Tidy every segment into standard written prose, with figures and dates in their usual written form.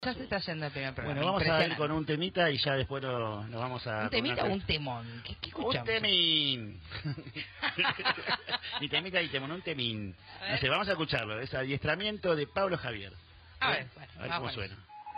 Ya se está yendo el primer programa. Bueno, vamos a ir con un temita y ya después nos vamos a... ¿Un temita o un temón? ¿Qué escuchamos? ¡Un temín! Ni temita ni temón, un temín. No sé, vamos a escucharlo. Es Adiestramiento de Pablo Javier. A ver, bueno, a ver cómo suena.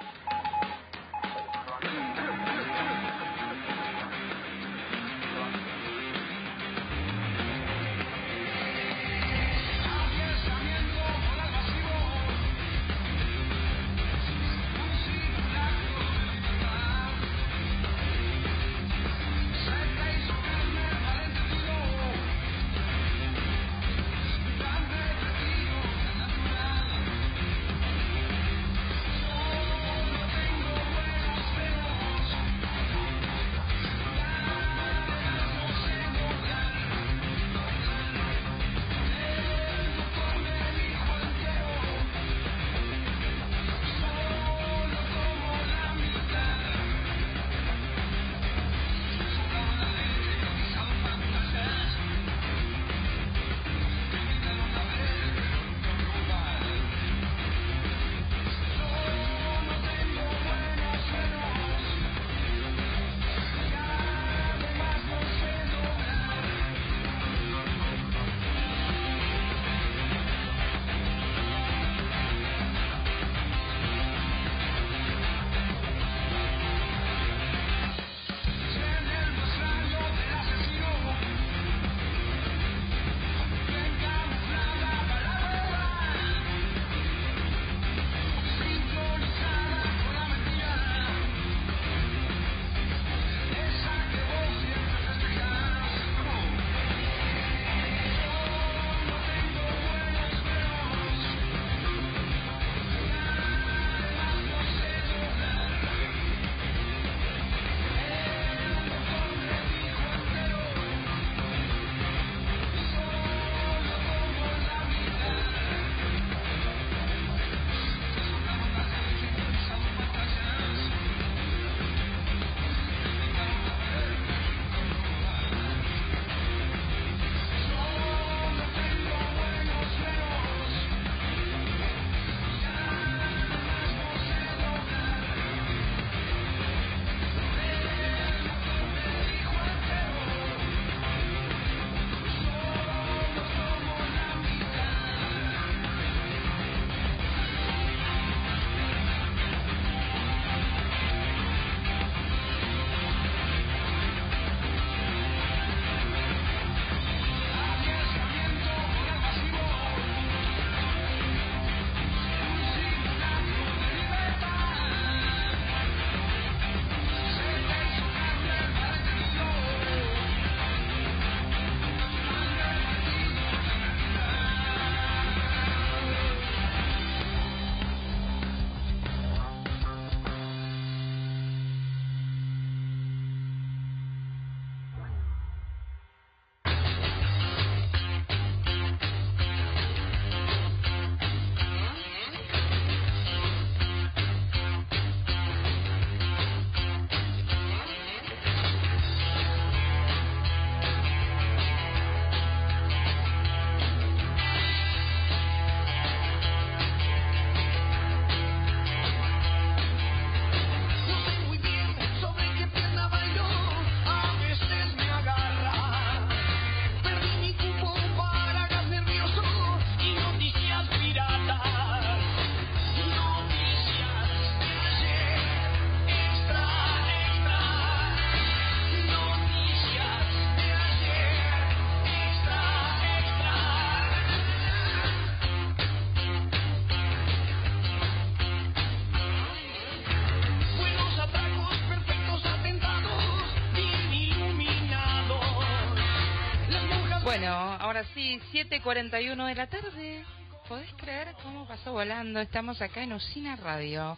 Ahora sí, 7:41 de la tarde. ¿Podés creer cómo pasó volando? Estamos acá en Usina Radio.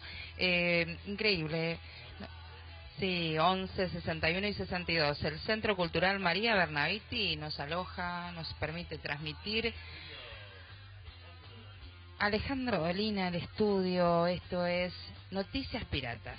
Increíble. Sí, 11, 61 y 62. El Centro Cultural María Bernaviti nos aloja, nos permite transmitir. Alejandro Dolina, el estudio. Esto es Noticias Piratas.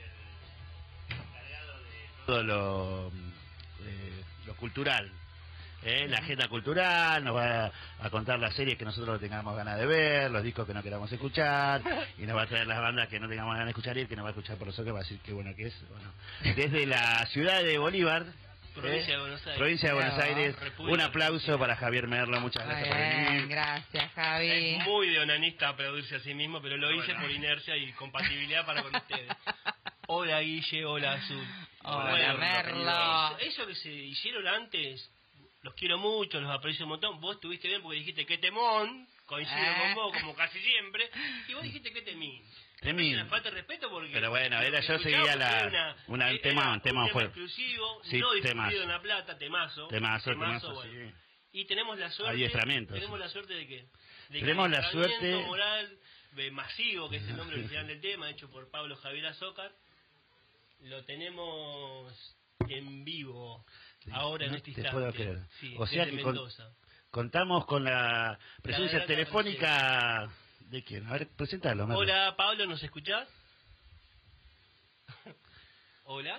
Todo lo cultural la agenda cultural, nos va a contar las series que nosotros tengamos ganas de ver, los discos que no queramos escuchar, y nos va a traer las bandas que no tengamos ganas de escuchar y el que nos va a escuchar por nosotros, que va a decir qué bueno que es. Bueno, desde la ciudad de Bolívar, Provincia de Buenos Aires. Provincia de Buenos Aires, República un aplauso para Javier Merlo, muchas gracias por venir. Gracias, Javi. Es muy de onanista aplaudirse a sí mismo, pero lo hice por inercia y compatibilidad para con ustedes. Hola Guille, hola Azul. Hola, Merlo. Eso que se hicieron antes, los quiero mucho, los aprecio un montón. Vos estuviste bien porque dijiste qué temón, coincido con vos como casi siempre, y vos dijiste qué temín. Temín. Una falta de respeto porque... Pero bueno, yo seguía un tema fue exclusivo, sí, no distribuido en La Plata, temazo, bueno. Sí. Y tenemos la suerte... Adiestramientos. Tenemos la suerte de que... Tenemos la suerte... moral masivo, que es el nombre original del tema, hecho por Pablo Javier Azócar, lo tenemos en vivo, ahora en este instante. Te puedo creer. Sí, o sea que contamos con la presencia telefónica... ¿De quién? A ver, presentalo. Hola, Pablo, ¿nos escuchás? Hola.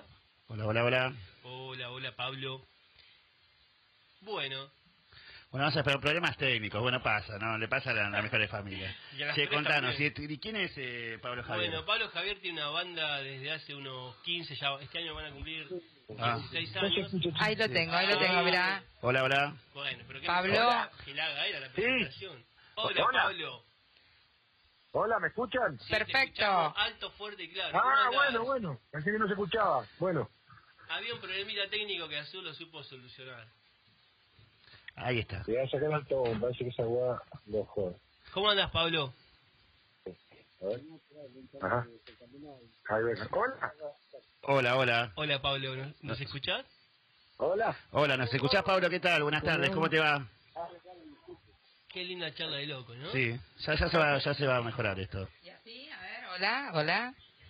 Hola, Pablo. Bueno, vamos a esperar problemas técnicos. Bueno, pasa, ¿no? Le pasa a las mejores familias. Sí, contanos. ¿Y quién es Pablo Javier? Bueno, Pablo Javier tiene una banda desde hace unos 15, ya este año van a cumplir 16 años. Ahí lo tengo, mirá. Hola. Bueno, pero que Pablo. Que la haga era la presentación. Hola, Pablo. Hola, ¿me escuchan? Sí, perfecto. Alto, fuerte y claro. Bueno. Pensé que no se escuchaba. Bueno. Había un problemita técnico que Azul lo supo solucionar. Ahí está. Voy a sacar alto, parece que esa hueá lo joda. ¿Cómo andas, Pablo? A ver. Ajá. Ahí ven. Hola. Hola, Pablo. ¿Nos escuchás? Hola. Hola, ¿nos escuchás, Pablo? ¿Qué tal? Buenas tardes, ¿cómo te va? Qué linda charla de loco, ¿no? Sí, ya se va a mejorar esto. Y así, a ver, hola.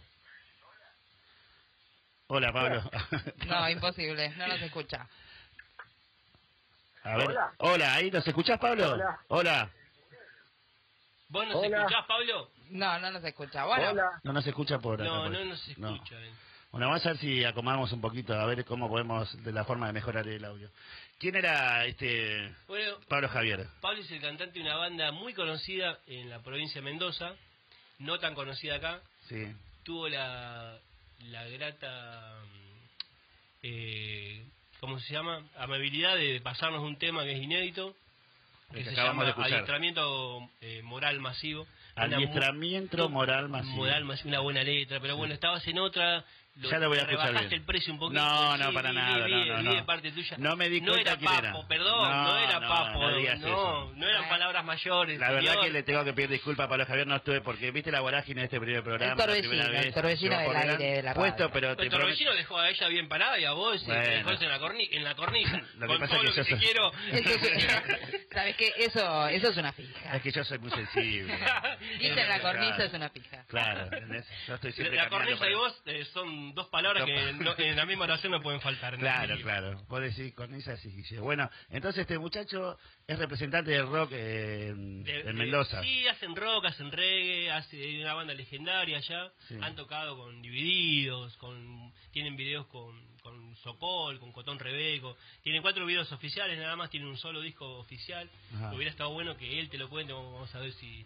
Hola, Pablo. No, imposible, no nos escucha. A ver. Hola, ¿ahí nos escuchás, Pablo? Hola. ¿Vos nos escuchás, Pablo? No nos escucha. Bueno. No nos escucha por acá. No nos escucha. No. Bueno, vamos a ver si acomodamos un poquito, a ver cómo podemos, de la forma de mejorar el audio. ¿Quién era Bueno, Pablo Javier? Pablo es el cantante de una banda muy conocida en la provincia de Mendoza, no tan conocida acá. Sí. Tuvo la grata, ¿cómo se llama? Amabilidad de pasarnos un tema que es inédito, que se llama Adiestramiento Moral Masivo. Adiestramiento Moral Masivo. Una buena letra, pero bueno, estabas en otra... Ya lo voy a escuchar rebajaste bien. El precio un poquito. No, para nada. No. De parte tuya. No me di cuenta era quién Papo, era. Perdón, no era Papo. No eran palabras mayores. La verdad que le tengo que pedir disculpas a Pablo Javier, no estuve porque viste la vorágine de este primer programa. El Torbellino del aire de la radio. Pero el Torbellino dejó a ella bien parada y a vos te dejó en la cornisa. Lo que pasa es que yo quiero... ¿Sabes qué? Eso es una fija. Es que yo soy muy sensible. Dice en la cornisa es una fija. Claro, yo estoy siempre la cornisa y vos son dos palabras que en la misma oración no pueden faltar. Claro. Vos decís cornisa, sí, Guille. Bueno, entonces este muchacho es representante del rock en Mendoza. Sí, hacen rock, hacen reggae, hacen una banda legendaria allá. Sí. Han tocado con Divididos, tienen videos con Sokol, con Cotón Rebeco. Tienen 4 videos oficiales, nada más tienen un solo disco oficial. Hubiera estado bueno que él te lo cuente, vamos a ver si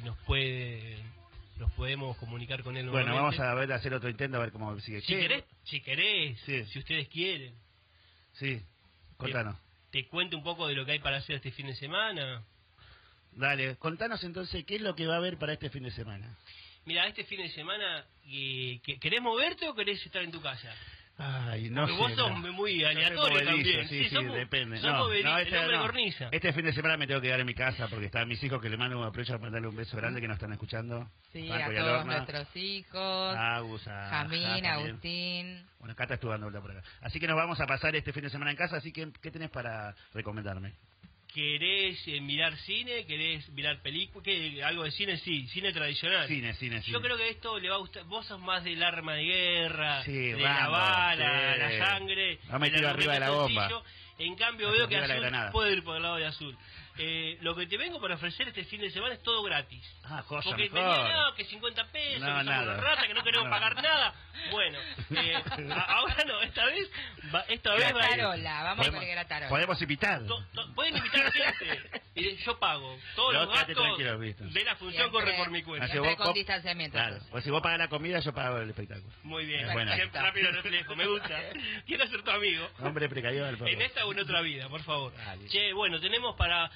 nos podemos comunicar con él nuevamente. Bueno, vamos a ver, hacer otro intento, a ver cómo sigue. Si querés, sí. Si ustedes quieren. Sí, contanos. Te cuento un poco de lo que hay para hacer este fin de semana. Dale, contanos entonces, ¿qué es lo que va a haber para este fin de semana? Mira, este fin de semana, ¿querés moverte o querés estar en tu casa? Ay, no porque sé. Vos sos muy aleatorio también. Sí, depende. Cornisa. Este fin de semana me tengo que quedar en mi casa porque están mis hijos que le mando aprovecho a mandarle un beso grande que nos están escuchando. Sí, Marco, a todos nuestros hijos. Jamín, Agustín. Bueno, Cata estuvo dando vuelta por acá. Así que nos vamos a pasar este fin de semana en casa, así que ¿qué tenés para recomendarme? ¿Querés mirar cine? ¿Querés mirar película? ¿Algo de cine? Sí, cine tradicional. Cine. Yo creo que esto le va a gustar. Vos sos más del arma de guerra, de la bala, la sangre. No me tiro arriba de la bomba. En cambio veo que Azul puede ir por el lado de Azul. lo que te vengo para ofrecer este fin de semana es todo gratis. Ah, cosa Porque mejor. venía, que 50 pesos, No, que somos nada. una rata, que no queremos No. pagar nada. Bueno, ahora no, esta vez va a ir... Gratarola, vamos con Podemos- el gratarola. Podemos invitar. Pueden invitar a gente. Yo pago. Todos No, los quédate gastos tranquilo, ¿viste? de la función corre por mi cuenta. Así Siempre vos- con vos- distanciamiento. Claro, entonces. pues si vos pagas la comida, yo pago el espectáculo. Muy bien, Es buena. siempre rápido reflejo, me gusta. Quiero ser tu amigo. Hombre precavido del pueblo. En esta o en otra vida, por favor. Dale. Che, bueno, tenemos para...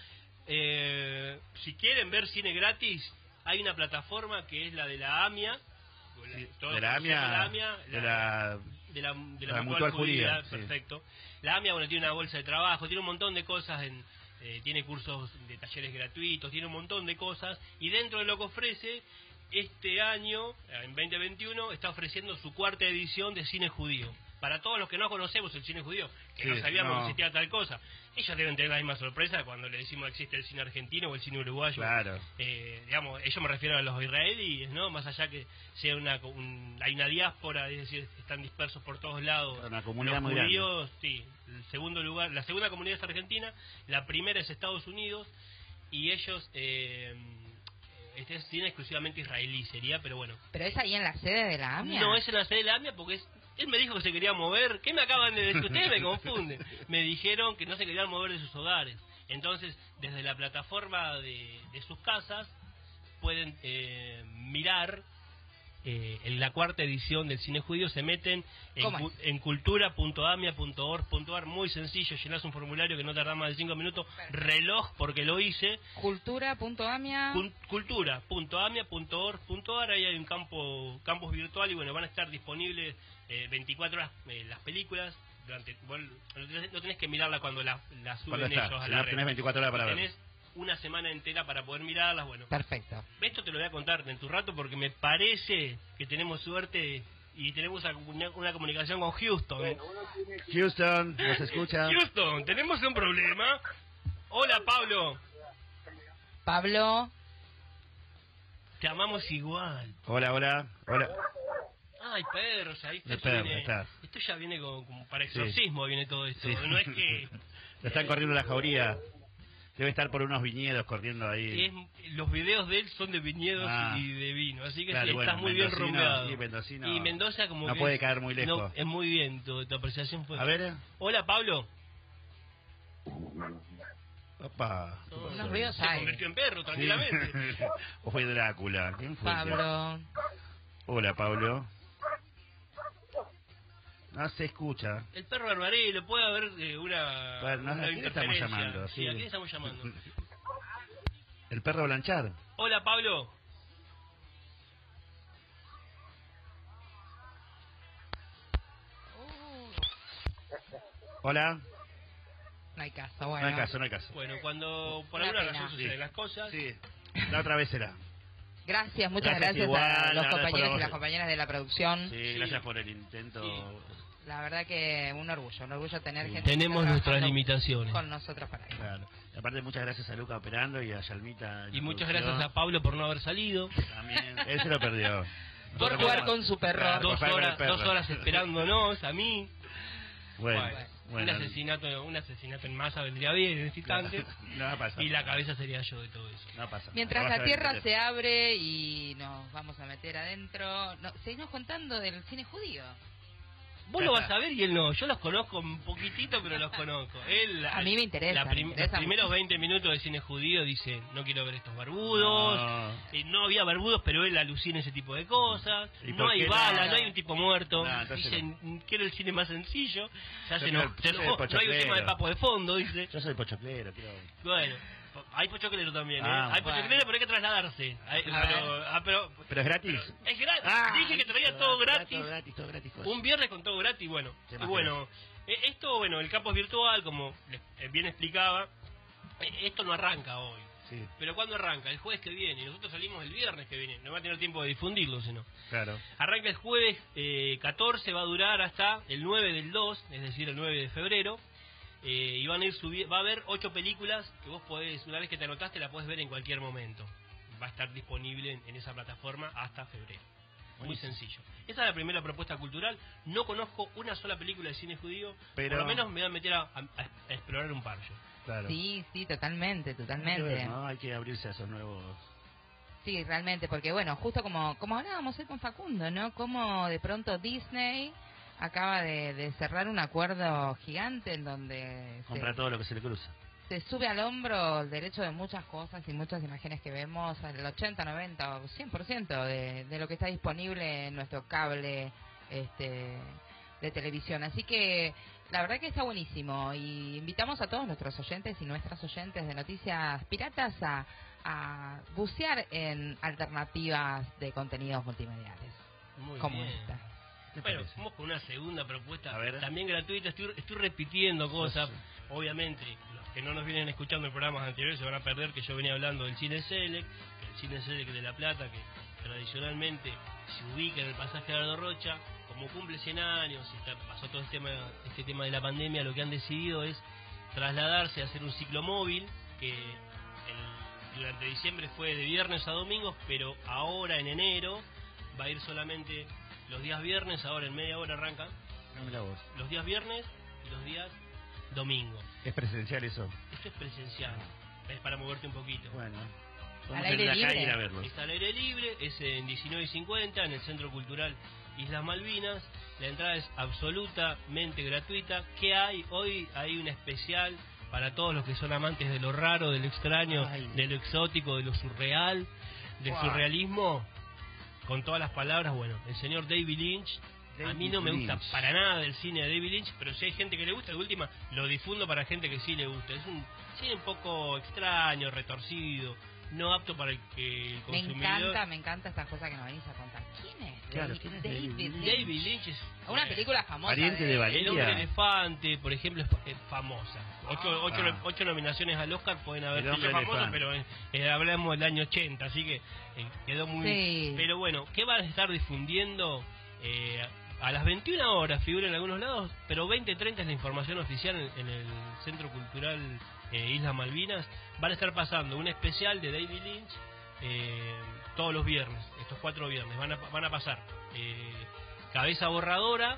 si quieren ver cine gratis, hay una plataforma que es la de la AMIA. Sí, Todos de la conocemos AMIA, la AMIA, de la la Mutual Judía, sí. perfecto. La AMIA, bueno, tiene una bolsa de trabajo, tiene un montón de cosas, tiene cursos de talleres gratuitos, tiene un montón de cosas, y dentro de lo que ofrece, este año, en 2021, está ofreciendo su cuarta edición de cine judío. Para todos los que no conocemos el cine judío, que Sí, no sabíamos no. que existía tal cosa, ellos deben tener la misma sorpresa cuando le decimos que existe el cine argentino o el cine uruguayo. Claro. Digamos, ellos me refiero a los israelíes, ¿no? Más allá que sea hay una diáspora, es decir, están dispersos por todos lados. Una comunidad los muy grande. judíos, sí. El segundo lugar, la segunda comunidad es Argentina, la primera es Estados Unidos, y ellos este es cine exclusivamente israelí sería, pero bueno. Pero es ahí en la sede de la AMIA. No es en la sede de la AMIA porque él me dijo que se quería mover. ¿Qué me acaban de decir? Ustedes me confunden. Me dijeron que no se querían mover de sus hogares. Entonces, desde la plataforma de sus casas, pueden mirar en la cuarta edición del cine judío. Se meten en cultura.amia.org.ar. Muy sencillo, llenás un formulario que no tarda más de 5 minutos. Reloj, porque lo hice. Cultura.amia. Cultura.amia.org.ar. Ahí hay un campus virtual y bueno, van a estar disponibles 24 horas las películas. No tenés que mirarla cuando la suben ellos a Si la no red. tenés 24 horas para ver. Tenés una semana entera para poder mirarlas. Bueno, Perfecto. esto te lo voy a contar en tu rato porque me parece que tenemos suerte y tenemos una comunicación con Houston. Houston, ¿nos escucha? Houston, tenemos un problema. Hola, Pablo. Pablo. Te amamos igual. Hola, hola, hola. Ay, perros, ahí El perro, viene, está. esto ya viene como para exorcismo, viene todo esto. Sí. No es que... Le están corriendo la jauría. Debe estar por unos viñedos corriendo ahí. Los videos de él son de viñedos Ah. y de vino, así que Claro, sí, bueno, estás muy bien mendocino, rumbeado. sí, mendocino. Y Mendoza como no que puede caer muy lejos. No, es muy bien, tu apreciación fue... A ver. Hola, Pablo. Opa. Unos ruidos Se hay. convirtió en perro, tranquilamente. ¿O fue Drácula? ¿Quién fue? Pablo. Hola, Pablo. No se escucha. El perro barbarelo, puede haber una, Bueno, una ¿a quién estamos interferencia. llamando? Sí, Sí. ¿a quién estamos llamando? El perro Blanchard. Hola, Pablo. Hola. No hay caso, bueno. No hay caso, no hay caso. Bueno, cuando por Una alguna pena. razón suceden Sí. las cosas... Sí, la otra vez será. Gracias, muchas Gracias gracias, igual, a los gracias por compañeros la y las voz. compañeras de la producción. Sí, gracias por el intento. Sí. La verdad que un orgullo tener Sí. gente que Tenemos está nuestras trabajando limitaciones. con nosotros para eso. Claro. Y aparte, muchas gracias a Luca operando y a Yalmita. en Y la muchas producción. gracias a Pablo por no haber salido. También. Él se lo perdió. Por Dos jugar horas. con su perro. Claro. Dos por favor, horas, el perro. 2 horas esperándonos, a mí. Bueno, Un asesinato en masa vendría bien en este instante. No va a pasar. Y la cabeza sería yo de todo eso. No pasa. Mientras la tierra se abre y nos vamos a meter adentro, seguimos contando del cine judío. Vos lo vas a ver y él no. Yo los conozco un poquitito, pero los conozco. Él, A mí me interesa, me interesa los primeros mucho. 20 minutos de cine judío dice, no quiero ver estos barbudos. No. No había barbudos, pero él alucina ese tipo de cosas. ¿Y No por hay qué balas, no? no hay un tipo muerto. No, entonces Dicen, quiero el cine más sencillo. Ya Yo se soy enojó, el- se yo soy enojó. el No hay un tema de pochoclero. papo de fondo, dice. Yo soy pochoclero, quiero. Bueno, hay pochoclero también, ¿eh? Ah, Hay bueno. pochoclero, pero hay que trasladarse. ver. Pero es gratis. Es gratis. Ah, Dije que traía todo gratis. Todo gratis, todo gratis. Un viernes con todo gratis, bueno. ¿Qué Y más bueno, esto, bueno, el campo es virtual, como bien explicaba. Esto no arranca hoy. Sí, Pero ¿cuándo arranca? El jueves que viene. Y nosotros salimos el viernes que viene. No va a tener tiempo de difundirlo, sino. claro. Arranca el jueves 14, va a durar hasta el 9 del 2, es decir, el 9 de febrero. Y van a ir va a haber 8 películas que vos podés, una vez que te anotaste, la podés ver en cualquier momento. Va a estar disponible en esa plataforma hasta febrero. Muy sencillo. Esa es la primera propuesta cultural. No conozco una sola película de cine judío, pero por lo menos me voy a meter a explorar un par yo. Claro. Sí, totalmente. Hay que ver, ¿no? Hay que abrirse a esos nuevos... Sí, realmente, porque bueno, justo como hablábamos hoy con Facundo, ¿no? Como de pronto Disney acaba de cerrar un acuerdo gigante en donde compra todo lo que se le cruza. Se sube al hombro el derecho de muchas cosas y muchas imágenes que vemos, el 80, 90 o 100% de lo que está disponible en nuestro cable de televisión. Así que la verdad que está buenísimo y invitamos a todos nuestros oyentes y nuestras oyentes de Noticias Piratas a bucear en alternativas de contenidos multimediales. Muy como bien. esta. Bueno, vamos con una segunda propuesta, A ver. también gratuita. Estoy repitiendo cosas. Obviamente, los que no nos vienen escuchando en programas anteriores se van a perder que yo venía hablando del Cine Select, el Cine Select de La Plata, que tradicionalmente se ubica en el pasaje de Aldo Rocha. Como cumple 100 años y pasó todo este tema de la pandemia, lo que han decidido es trasladarse a hacer un ciclomóvil que durante diciembre fue de viernes a domingos, pero ahora en enero va a ir solamente los días viernes. Ahora en media hora arranca los días viernes y los días domingo. ¿Es presencial eso? Esto es presencial, es para moverte un poquito. Bueno, al aire libre. Ir a verlo. Está al aire libre, es en 19:50 en el Centro Cultural Islas Malvinas. La entrada es absolutamente gratuita. ¿Qué hay? Hoy hay un especial para todos los que son amantes de lo raro, de lo extraño, de lo exótico, de lo surreal, del surrealismo. Con todas las palabras, bueno, el señor David Lynch. A mí no me gusta para nada del cine de David Lynch, pero si hay gente que le gusta, de última lo difundo para gente que sí le gusta. Es un cine un poco extraño, retorcido, no apto para el que el consumidor. Me encanta estas cosas que nos venís a contar. ¿Quién es? Claro, ¿quién es David Lynch? David Lynch es Una película famosa. Pariente de Valeria. El hombre elefante, por ejemplo, es famosa. Ocho nominaciones al Oscar pueden haber El sido hombre famosas, elefante. pero hablamos del año 80, así que quedó muy... Sí. Pero bueno, ¿qué van a estar difundiendo? A las 21 horas figura en algunos lados, pero 20:30 es la información oficial en el Centro Cultural Islas Malvinas. Van a estar pasando un especial de David Lynch todos los viernes, estos 4 viernes. Van a pasar Cabeza Borradora.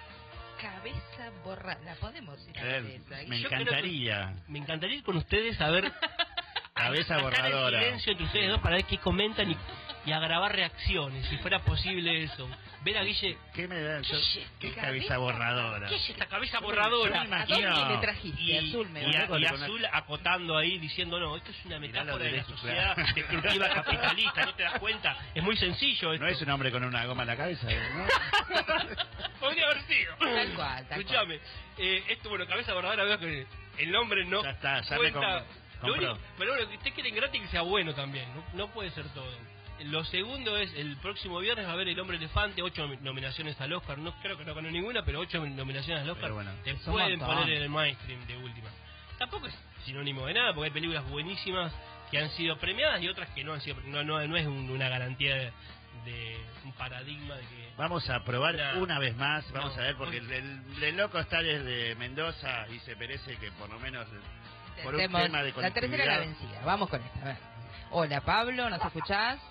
Cabeza borrada. ¿La podemos ir a A ver, ver esa? me Yo creo encantaría. Me encantaría ir con ustedes a ver... Cabeza a estar borradora. en silencio entre ustedes dos para ver qué comentan y a grabar reacciones, si fuera posible eso. Ver a Guille... ¿Qué me da? ¿Qué cabeza cabeza borradora? ¿Qué es esta cabeza Yo borradora? me imagino- ¿A dónde me trajiste? Y, Azul me y va. a- y Azul acotando ahí diciendo, no, esto es una Mirá metáfora lo de la derecho, sociedad claro. destructiva capitalista, ¿no te das cuenta? Es muy sencillo esto. No es un hombre con una goma en la cabeza, ¿no? Podría haber sido. Tal cual, tal Escuchame, esto, bueno, cabeza borradora, veo que el nombre no Ya está, ya me cuenta. Lo compró. único- pero bueno, que ustedes quieren gratis que sea bueno también, no puede ser todo. Lo segundo es, el próximo viernes va a haber El Hombre Elefante, 8 nominaciones al Oscar, no creo que no ganó ninguna, pero 8 nominaciones al Oscar. Pero bueno, te es un pueden montón. poner en el mainstream de última. Tampoco es sinónimo de nada, porque hay películas buenísimas que han sido premiadas y otras que no han sido, no es una garantía de un paradigma de que... Vamos a probar No. una vez más, vamos No. a ver, porque el loco está desde Mendoza y se merece que por lo menos por un Intentemos tema de la tercera la conectividad... vencida. Vamos con esta. A ver. Hola, Pablo, ¿nos escuchás?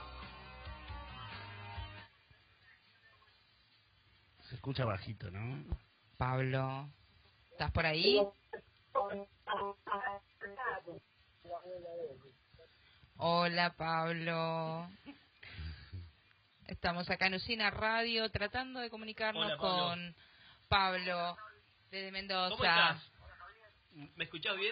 Se escucha bajito, ¿no? Pablo, ¿estás por ahí? Hola, Pablo. Estamos acá en Usina Radio tratando de comunicarnos Hola, Pablo. con Pablo desde Mendoza. ¿Cómo estás? ¿Me escuchás bien?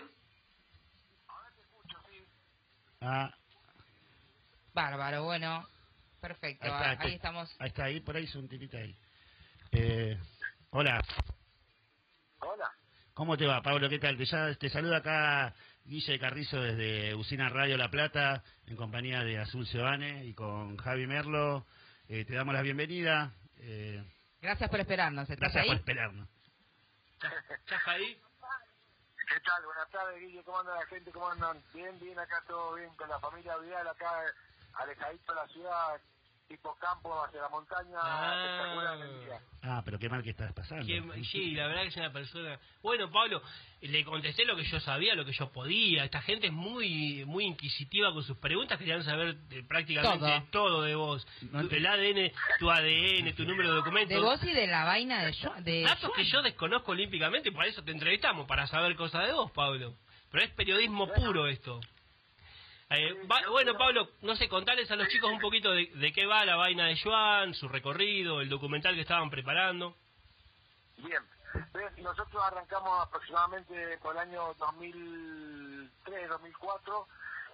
Ah, Bárbaro, bueno. Perfecto, ahí está, ahí estamos. Ahí está, ahí por ahí es un tipito ahí. Hola, Hola. ¿cómo te va, Pablo? ¿Qué tal? Te saluda acá Guille Carrizo desde Usina Radio La Plata, en compañía de Azul Sebane y con Javi Merlo. Te damos la bienvenida. Gracias por esperarnos. ¿Estás Gracias ahí? por esperarnos. ¿Estás ahí? ¿Qué tal? Buenas tardes, Guille. ¿Cómo anda la gente? ¿Cómo andan? Bien, bien, acá todo bien, con la familia Vidal, acá alejadito de la ciudad, tipo campo hacia la montaña, espectacular el día. Pero qué mal que estás pasando. Sí, la verdad que es una persona... Bueno, Pablo, le contesté lo que yo sabía, lo que yo podía. Esta gente es muy inquisitiva con sus preguntas, querían saber prácticamente todo de vos. El ADN, tu ADN, tu número de documentos. De vos y de la vaina de datos que yo desconozco olímpicamente, por eso te entrevistamos, para saber cosas de vos, Pablo. Pero es periodismo puro esto. Bueno, Pablo, no sé, contales a los chicos un poquito de qué va la vaina de Joan, su recorrido, el documental que estaban preparando. Bien, nosotros arrancamos aproximadamente por el año 2003, 2004,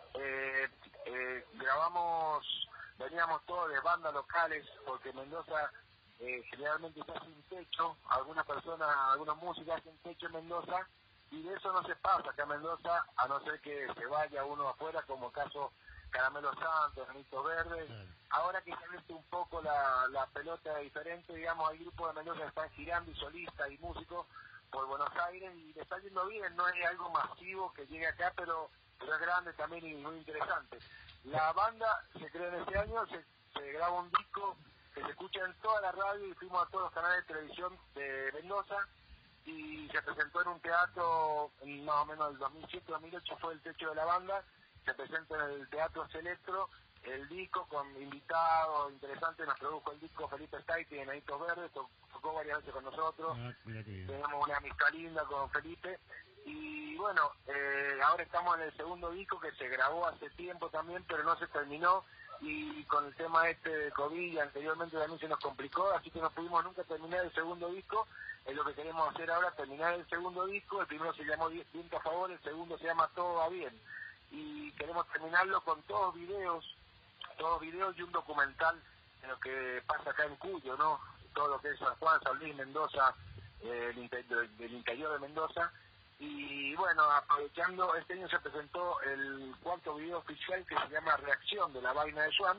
grabamos, veníamos todos de bandas locales, porque Mendoza generalmente está sin techo, algunas personas, algunos músicos hacen techo en Mendoza, y de eso no se pasa acá en Mendoza, a no ser que se vaya uno afuera, como el caso Caramelo Santos, Granitos Verdes. Ahora que se ha visto un poco la pelota diferente, digamos, hay grupos de Mendoza que están girando, y solistas y músicos por Buenos Aires, y le está yendo bien, no es algo masivo que llegue acá, pero es grande también y muy interesante. La banda se creó en este año, se graba un disco que se escucha en toda la radio, y fuimos a todos los canales de televisión de Mendoza, y se presentó en un teatro, más o menos el 2007-2008 fue el techo de la banda, se presenta en el Teatro Selectro, el disco con invitados interesantes, nos produjo el disco Felipe Staiti de Granitos Verdes, tocó varias veces con nosotros, tenemos una amistad linda con Felipe, y bueno, ahora estamos en el segundo disco que se grabó hace tiempo también, pero no se terminó, y con el tema de COVID y anteriormente también se nos complicó, así que no pudimos nunca terminar el segundo disco. Es lo que queremos hacer ahora, terminar el segundo disco. El primero se llamó Viento a Favor, el segundo se llama Todo Va Bien, y queremos terminarlo con todos videos y un documental de lo que pasa acá en Cuyo, ¿no? Todo lo que es San Juan, San Luis, Mendoza, del interior de Mendoza. Y bueno, aprovechando, este año se presentó el cuarto video oficial que se llama Reacción de la vaina de Joan,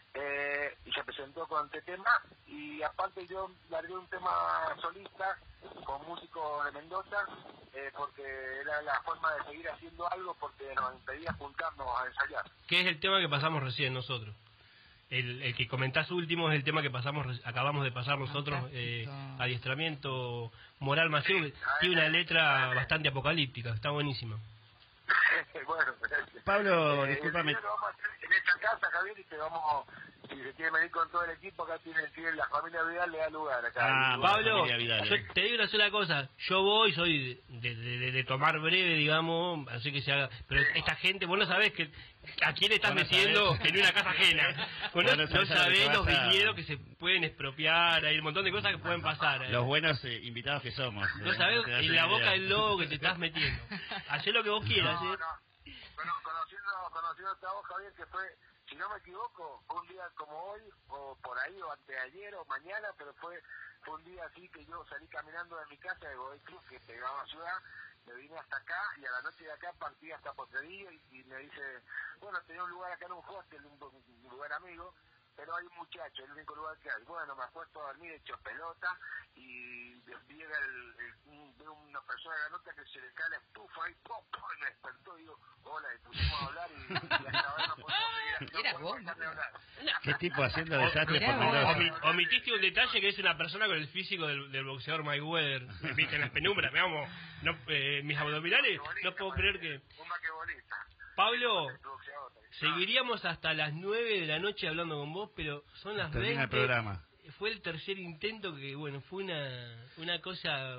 y se presentó con tema, y aparte yo largué un tema solista con músicos de Mendoza, porque era la forma de seguir haciendo algo, porque nos impedía juntarnos a ensayar. ¿Qué es el tema que pasamos recién nosotros? El que comentás último es el tema que acabamos de pasar nosotros, Adiestramiento Moral Masivo, que tiene una letra bastante apocalíptica, está buenísima. Bueno, Pablo, discúlpame. Lo vamos a hacer en esta casa, Javier, y te vamos, si se quiere venir con todo el equipo, acá tiene la familia Vidal, le da lugar acá. Pablo, yo te digo una sola cosa, yo voy, soy de tomar breve, digamos, así que se haga, pero esta gente, vos no sabés que a quién estás metiendo en una casa ajena. Vos no sabés los viñedos que se pueden expropiar, hay un montón de cosas que pueden pasar. Los buenos invitados que somos. No sabés en la boca del lobo que te estás metiendo. Hacé lo que vos quieras. Bueno, conociendo a vos, Javier, que fue, si no me equivoco, fue un día como hoy, o por ahí, o anteayer, o mañana, pero fue un día así que yo salí caminando de mi casa de Godoy Cruz, que pegaba a Ciudad, me vine hasta acá, y a la noche de acá partí hasta Potrerillo, y me dice, bueno, tenía un lugar acá en un hostel, un lugar amigo, pero hay un muchacho, el único lugar que hay. Bueno, me acuesto a dormir hecho pelota, y llega veo una persona de la nota que se le cae la estufa, y ¡pum! Y me despertó, y digo, hola, y pusimos a hablar, y hasta ahora no podemos seguir hablar. ¿Qué tipo haciendo desastres por Mendoza? Omitiste un detalle que es una persona con el físico del boxeador Mayweather, viste, en las penumbras, veamos, mis abdominales, no puedo creer que... Un vaquebolista. Pablo, seguiríamos hasta las 9 de la noche hablando con vos, pero son las 20. El programa. Fue el tercer intento que, bueno, fue una cosa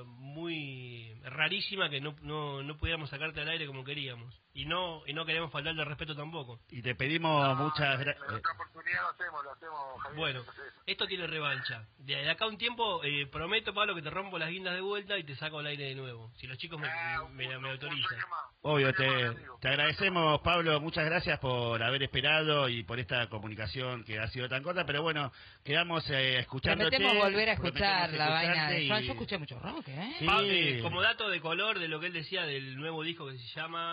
muy rarísima que no pudiéramos sacarte al aire como queríamos. Y no queremos faltarle respeto tampoco. Y te pedimos muchas gracias. En otra oportunidad lo hacemos, Javier. Bueno, esto tiene revancha. De acá a un tiempo, prometo, Pablo, que te rompo las guindas de vuelta y te saco al aire de nuevo. Si los chicos me autorizan. Obvio, te agradecemos, Pablo, muchas gracias por haber esperado y por esta comunicación que ha sido tan corta, pero bueno, quedamos escuchándote. Prometemos volver a escuchar la vaina de Joan. Yo escuché mucho rock, Sí. Como dato de color de lo que él decía del nuevo disco que se llama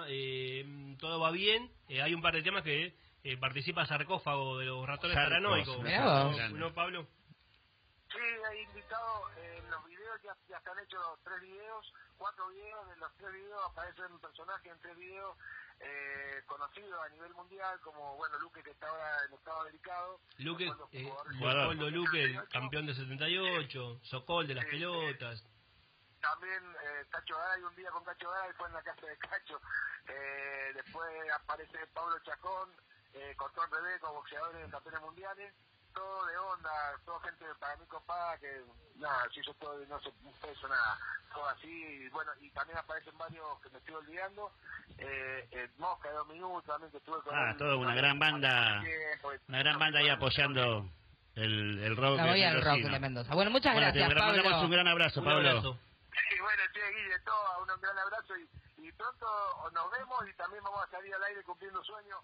Todo Va Bien, hay un par de temas que participa Sarcófago de los Ratones Paranoicos. Mirá vos. ¿No, Pablo? Sí, he invitado, en los videos ya se han hecho 3 videos, 4 videos, en los 3 videos aparecen personajes en 3 videos conocidos a nivel mundial, como, bueno, Luque, que está ahora en estado delicado. Luque, jugador. Leopoldo Luque, el campeón de 78, Sokol de las pelotas. También Cacho Garay, un día con Cacho Garay fue en la casa de Cacho. Después aparece Pablo Chacón, Cotón Rebeco, boxeadores de campeones mundiales. Todo de onda, toda gente para mí copada, que nada, si yo todo, no sé, un peso, nada, todo así. Y bueno, y también aparecen varios que me estoy olvidando. Mosca de 2 minutos también, que estuve con toda una gran banda, una gran banda ahí apoyando el rock. La voy al rock de Mendoza. Bueno, muchas gracias, te Pablo. mandamos un gran abrazo, Pablo. Abrazo. Sí, bueno, che, Guille, todo, un gran abrazo y pronto nos vemos y también vamos a salir al aire cumpliendo sueños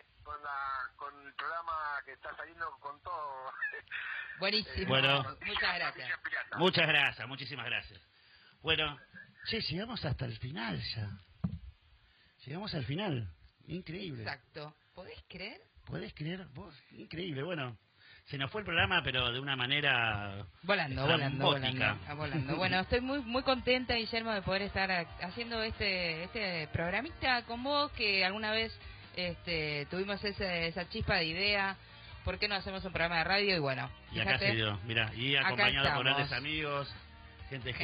con el programa que está saliendo con todo. Buenísimo. Bueno, muchas gracias. Muchas gracias, muchísimas gracias. Bueno, che, llegamos hasta el final ya. Llegamos al final. Increíble. Exacto. ¿Podés creer? ¿Podés creer vos? Increíble. Bueno, se nos fue el programa, pero de una manera volando. Bueno, estoy muy contenta, Guillermo, de poder estar haciendo este programita con vos, que alguna vez tuvimos esa chispa de idea. ¿Por qué no hacemos un programa de radio? Y bueno, y acá se dio, mirá, y acompañado por grandes amigos, gente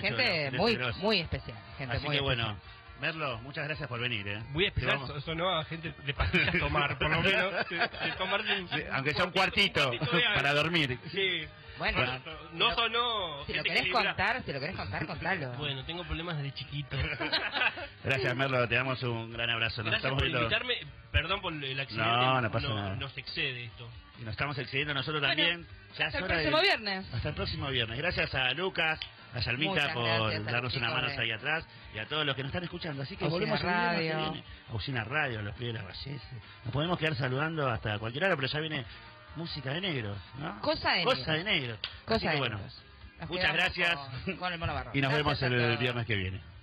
muy especial. Así que bueno, Merlo, muchas gracias por venir, Muy especial, sonó a gente de pastillas tomar, por lo menos. De aunque sea un cuartito para dormir. Sí. Bueno, no sonó. Si lo querés contar, contalo. Bueno, tengo problemas desde chiquito. Gracias, Merlo, te damos un gran abrazo. Nos Gracias estamos por viendo. invitarme, perdón por el accidente. No pasa nada. Nos excede esto. Y nos estamos excediendo nosotros también. Ya hasta el próximo viernes. Hasta el próximo viernes. Gracias a Lucas, a Yalmita por darnos una mano ahí atrás y a todos los que nos están escuchando. Así que volvemos a Usina Radio, los pibes de la Vallese. Nos podemos quedar saludando hasta cualquier hora, pero ya viene música de negros, ¿no? Cosa de negros. Así que bueno, muchas gracias con el Mono Barro. y nos vemos el viernes que viene.